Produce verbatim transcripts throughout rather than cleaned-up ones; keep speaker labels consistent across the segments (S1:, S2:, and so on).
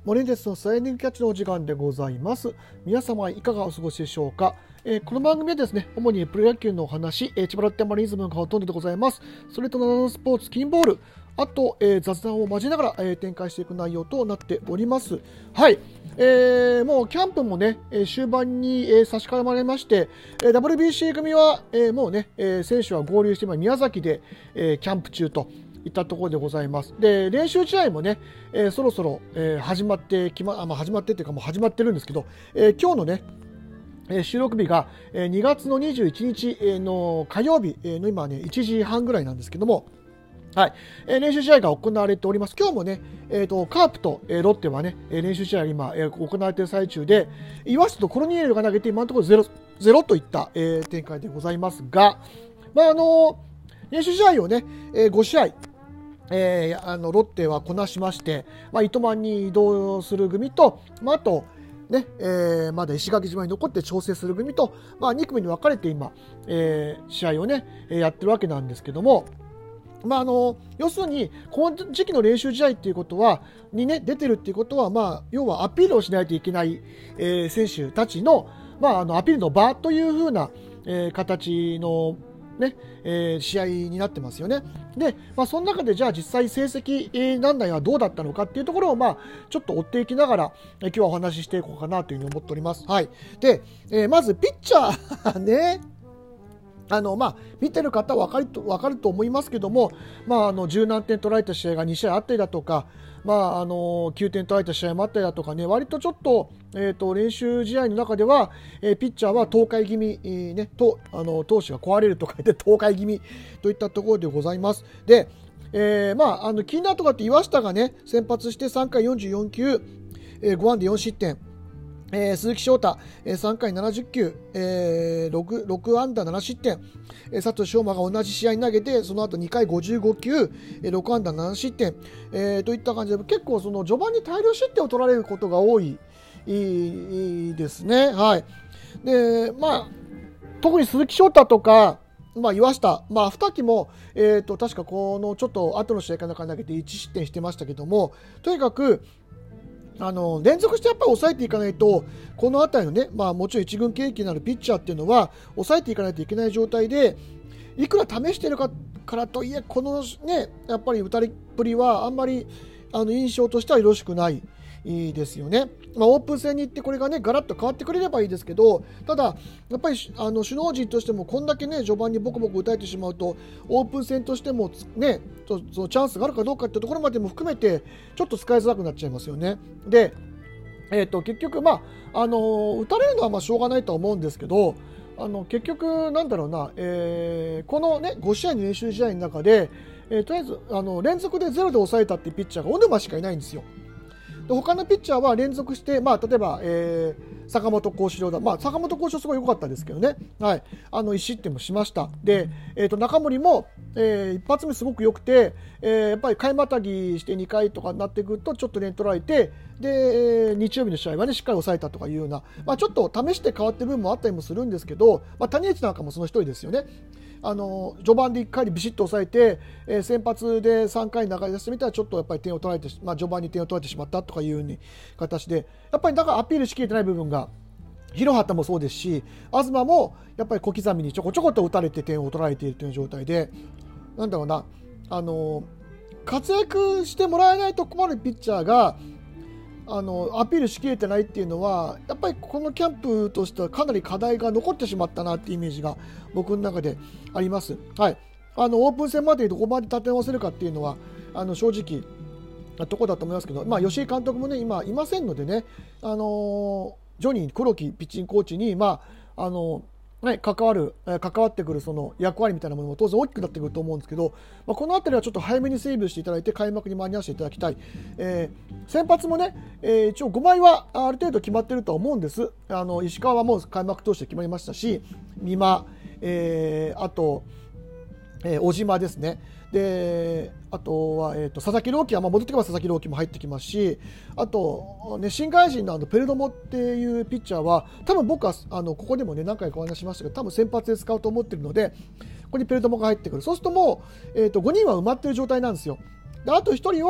S1: モレンテスのスライディングキャッチのお時間でございます。皆様いかがお過ごしでしょうか。えー、この番組はですね、主にプロ野球のお話、えー、千葉ロッテマリーンズのがほとんどでございます。それとナナスポーツ、キンボール、あと、えー、雑談を交えながら、えー、展開していく内容となっております。はい、えー、もうキャンプもね、えー、終盤に、えー、差し掛かりまして、えー、ダブリュービーシー 組は、えー、もうね、えー、選手は合流して今宮崎で、えー、キャンプ中といったところでございます。で、練習試合もね、えー、そろそろ、えー、始まってきま、あ、まあ、始まってっていうかもう始まってるんですけど、えー、今日のね、えー、収録日が、えー、にがつのにじゅういちにちの火曜日の今ねいちじはんぐらいなんですけども、はい、えー、練習試合が行われております。今日もね、えー、とカープと、えー、ロッテはね、練習試合が今、えー、行われている最中で、岩下とコロニエルが投げて今のところゼロ、ゼロといった、えー、展開でございますが、まああのー、練習試合をね、えー、ごしあい、えー、あのロッテはこなしまして、まあ、糸満に移動する組と、まあ、あとね、えー、まだ石垣島に残って調整する組と、まあ、に組に分かれて今、えー、試合をねやってるわけなんですけども、まあ、あの要するにこの時期の練習試合っていうことはに、ね、出てるっていうことは、まあ、要はアピールをしないといけない、えー、選手たちの、まあ、あのアピールの場というふうな、えー、形のねえー、試合になってますよね。で、まあ、その中でじゃあ実際成績、えー、何台はどうだったのかっていうところを、まあ、ちょっと追っていきながら、えー、今日はお話ししていこうかなというふうに思っております。はい、で、えー、まずピッチャーねあのまあ、見てる方は分かると、分かると思いますけども、まあ、あの十何点取られた試合がに試合あったりだとか、まあ、あのきゅうてん取られた試合もあったりだとかね、割とちょっと、えー、と練習試合の中では、えー、ピッチャーは倒壊気味、えーね、とあの投手が壊れるとか言って倒壊気味といったところでございます。で、えーまあ、あの気になるとかって岩下がね先発してさんかいよんじゅうよんきゅう、えー、ご安打よん失点。えー、鈴木翔太、えー、さんかいななじゅっきゅう、えー、6, 6安打なな失点、えー、佐藤翔馬が同じ試合に投げてその後にかいごじゅうごきゅう、えー、ろく安打なな失点、えー、といった感じで結構その序盤に大量失点を取られることが多い、いい、いいですね。はい。で、まあ、特に鈴木翔太とか、まあ、岩下、まあ、二木も、えー、と確かこのちょっと後の試合かなんか投げていち失点してましたけども、とにかくあの連続してやっぱり抑えていかないと、この辺りのね、まあ、もちろん一軍経験のあるピッチャーっていうのは抑えていかないといけない状態で、いくら試しているかからといえ、このねやっぱり打たれっぷりはあんまりあの印象としてはよろしくないですよね。まあ、オープン戦に行ってこれがねガラッと変わってくれればいいですけど、ただやっぱりあの首脳陣としてもこんだけね序盤にボコボコ打たれてしまうと、オープン戦としてもねそのチャンスがあるかどうかっていうところまでも含めてちょっと使いづらくなっちゃいますよね。で、えー、と結局まああの打たれるのはまあしょうがないとは思うんですけど、あの結局なんだろうな、えー、このねご試合の練習試合の中で、えー、とりあえずあの連続でゼロで抑えたっていうピッチャーが小沼しかいないんですよ。で他のピッチャーは連続して、まあ、例えば、えー、坂本幸四郎だ、まあ、坂本幸四郎すごい良かったですけどね、はい、あのいち失点もしました。で、えー、と中森も、えー、一発目すごく良くて、えー、やっぱり回またぎしてにかいとかになってくるとちょっと点取られて、で、えー、日曜日の試合はねしっかり抑えたとかいうような、まあ、ちょっと試して変わってる部分もあったりもするんですけど、まあ、谷内なんかもその一人ですよね。あの序盤でいっかいでビシッと抑えて、えー、先発でさんかい流れ出してみたらちょっとやっぱり点を取られて、まあ、序盤に点を取られてしまったとかいうように形で、やっぱりだからアピールしきれてない部分が、広畑もそうですし東もやっぱり小刻みにちょこちょこと打たれて点を取られているという状態で、なんだろうな、あの活躍してもらえないと困るピッチャーがあのアピールしきれてないっていうのは、やっぱりこのキャンプとしてはかなり課題が残ってしまったなっていうイメージが僕の中であります。はい、あのオープン戦までどこまで立て直せるかっていうのはあの正直なところだと思いますけど、まあ、吉井監督もね今いませんのでね、あのジョニー黒木ピッチングコーチに、まああのね、関わる関わってくるその役割みたいなものも当然大きくなってくると思うんですけど、まあ、このあたりはちょっと早めにセーブしていただいて開幕に間に合わせていただきたい。えー、先発もね、えー、一応ごまいはある程度決まってるとは思うんです。あの石川はもう開幕投手で決まりましたし、美馬、えー、あと、えー、小島ですね。であとは、えー、と佐々木朗希は、まあ、戻ってきれば佐々木朗希も入ってきますし、あと、ね、新外人のあのペルドモっていうピッチャーは多分僕はあのここでも、ね、何回かお話ししましたけど、多分先発で使おうと思っているので、ここにペルドモが入ってくる。そうするともう、えー、とごにんは埋まっている状態なんですよ。であとひとりを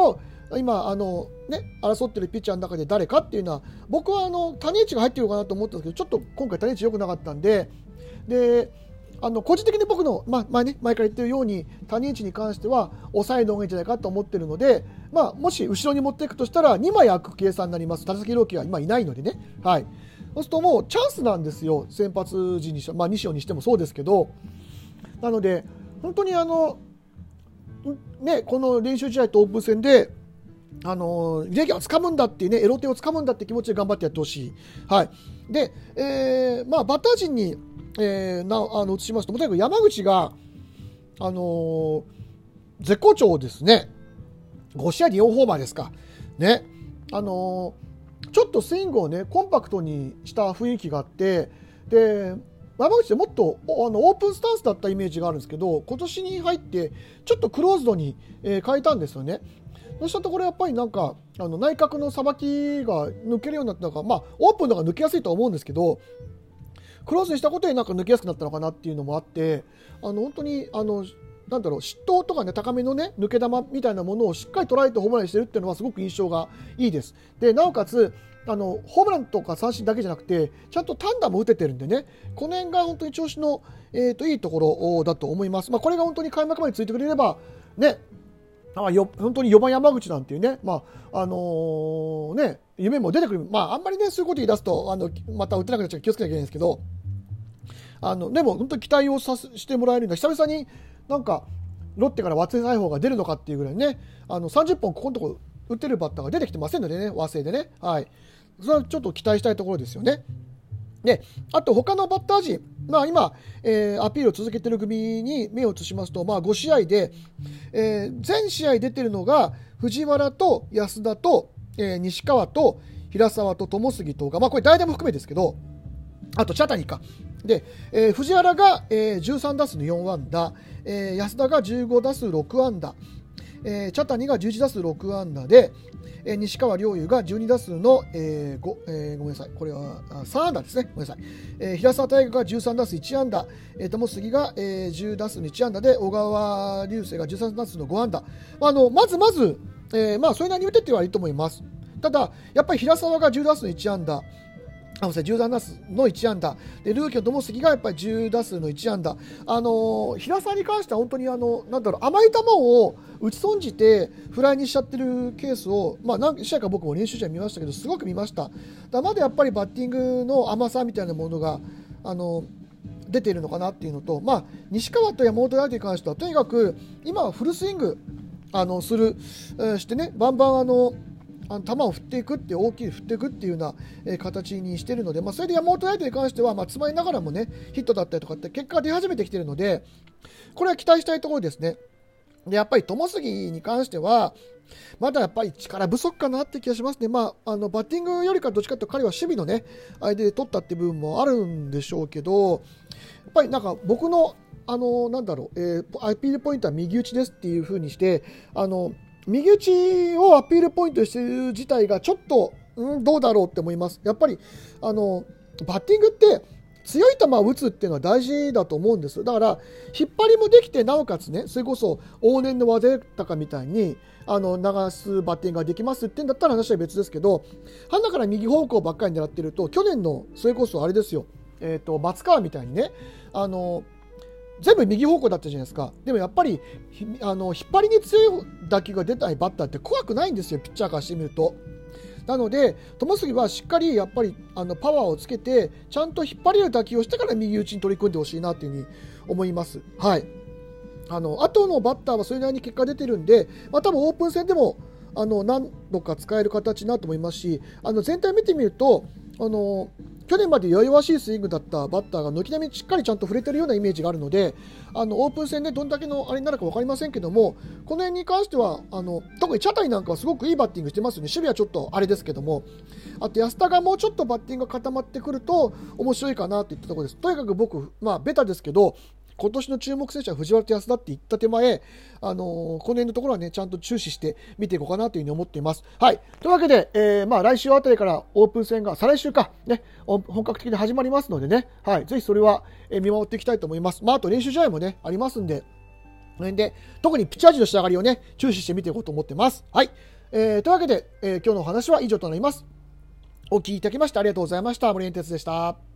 S1: 今あの、ね、争ってるピッチャーの中で誰かっていうのは、僕はあの谷内が入ってるかなと思ったんですけど、ちょっと今回谷内良くなかったんで、であの個人的に僕の、まあ前ね、前から言ってるように谷内に関しては抑えの方がいいんじゃないかと思ってるので、まあ、もし後ろに持っていくとしたらにまい空く計算になります。田崎朗希は今いないのでね、はい、そうするともうチャンスなんですよ、先発時にして、まあ、西尾にしてもそうですけど、なので本当にあの、ね、この練習試合とオープン戦であのレギュラーをつかむんだっていうね、エロ手をつかむんだって気持ちで頑張ってやってほしい。はい、で、えーまあ、バッター陣にえー、なあの移しますと、とにかく山口が、あのー、絶好調ですね。ご試合でよんホーマーですか、ね、あのー、ちょっとスイングを、ね、コンパクトにした雰囲気があって、で山口ってもっとあのオープンスタンスだったイメージがあるんですけど、今年に入ってちょっとクローズドに、えー、変えたんですよね。そうしたところやっぱりなんかあの内角のさばきが抜けるようになったのか、まあ、オープンの方が抜けやすいとは思うんですけど、クローズにしたことでなんか抜けやすくなったのかなっていうのもあって、あの本当にあのなんだろう、失投とかね、高めのね抜け球みたいなものをしっかり捉えてホームランにしてるっていうのはすごく印象がいいです。でなおかつあのホームランとか三振だけじゃなくてちゃんと単打も打ててるんでね、この辺が本当に調子の、えー、といいところだと思います。まあ、これが本当に開幕までついてくれればね、あよ本当によばん山口なんていうね、まああのー、ね夢も出てくる。まああんまりねそういうこと言い出すとあのまた打てなくなっちゃう、気をつけなきゃいけないんですけど、あのでも本当に期待をさしてもらえるんだ。久々になんかロッテから和製大砲が出るのかっていうぐらいね、あのさんじゅっぽんここのところ打ってるバッターが出てきてませんのでね、和製でね、はい、それはちょっと期待したいところですよね。であと他のバッター陣、まあ、今、えー、アピールを続けている組に目を移しますと、まあ、ご試合で、えー、全試合出てるのが藤原と安田と、えー、西川と平沢と友杉とか、まあ、これ代打も含めですけど、あと茶谷かで、えー、藤原が、えー、じゅうさんだすうのよんあんだ、えー、安田がじゅうごだすうろくあんだ、えー、茶谷がじゅういちだすうろくあんだで、えー、西川遼優がじゅうにだすうの、えー 5, えー、ごめんなさい、これはさんあんだですね、ごめんなさい、えー、平沢大河がじゅうさんだすういちあんだ、えー、友杉が、えー、じゅうだすうのいちあんだで、小川隆星がじゅうさんだすうのごあんだ、まあ、あのまずまず、えーまあ、それなりに打ててはいいと思います。ただやっぱり平沢がじゅうだすうのいちあんだ、あじゅうさんだすうのいちあんだで、ルーキーの友杉がやっぱりじゅうだすうのいちあんだ、あのー、平沢に関しては本当にあのなんだろう、甘い球を打ち損じてフライにしちゃってるケースを、まあ、何試合か僕も練習試合見ましたけど、すごく見ました。だまだやっぱりバッティングの甘さみたいなものが、あのー、出ているのかなっていうのと、まあ、西川と山本大輝に関してはとにかく今はフルスイングあのする、えー、してね、バンバンあのあの球を振っていくって大きい振っていくっていうような、えー、形にしているので、まあ、それで山本大輝に関しては、まあ、詰まりながらもねヒットだったりとかって結果が出始めてきているので、これは期待したいところですね。でやっぱり友杉に関してはまだやっぱり力不足かなって気がしますね。まあ、あのバッティングよりかどっちかというと彼は守備のね相手で取ったっていう部分もあるんでしょうけど、やっぱりなんか僕のあのなんだろう、えー、アピールポイントは右打ちですっていう風にして、あの右打ちをアピールポイントにしている自体がちょっと、うん、どうだろうって思います。やっぱりあのバッティングって強い球を打つっていうのは大事だと思うんです。だから引っ張りもできて、なおかつね、それこそ往年の技高みたいにあの流すバッティングができますっていうんだったら話は別ですけど、半だから右方向ばっかり狙ってると、去年のそれこそあれですよ、えーと、松川みたいにね、あの全部右方向だったじゃないですか。でもやっぱりあの引っ張りに強い打球が出ないバッターって怖くないんですよ、ピッチャーからしてみると。なので友杉はしっかりやっぱりあのパワーをつけてちゃんと引っ張れる打球をしてから右打ちに取り組んでほしいなというふうに思います。はい、あの後のバッターはそれなりに結果出てるんで、まあ、多分オープン戦でもあの何度か使える形になると思いますし、あの全体を見てみるとあの去年まで弱々しいスイングだったバッターが軒並みしっかりちゃんと触れてるようなイメージがあるので、あのオープン戦でどんだけのあれになるか分かりませんけども、この辺に関してはあの特に茶谷なんかはすごくいいバッティングしてますよね。守備はちょっとあれですけども、あと安田がもうちょっとバッティングが固まってくると面白いかなといったところです。とにかく僕、まあベタですけど、今年の注目選手は藤原と安田って言った手前、あのー、この辺のところはねちゃんと注視して見ていこうかなというふうに思っています。はい、というわけで、えーまあ、来週あたりからオープン戦が再来週か、ね、本格的に始まりますのでね、はい、ぜひそれは見守っていきたいと思います。まあ、あと練習試合もねありますんで、で特にピッチャー陣の仕上がりをね注視して見ていこうと思ってます。はい、 えー、というわけで、えー、今日のお話は以上となります。お聞きいただきましてありがとうございました。森エンテツでした。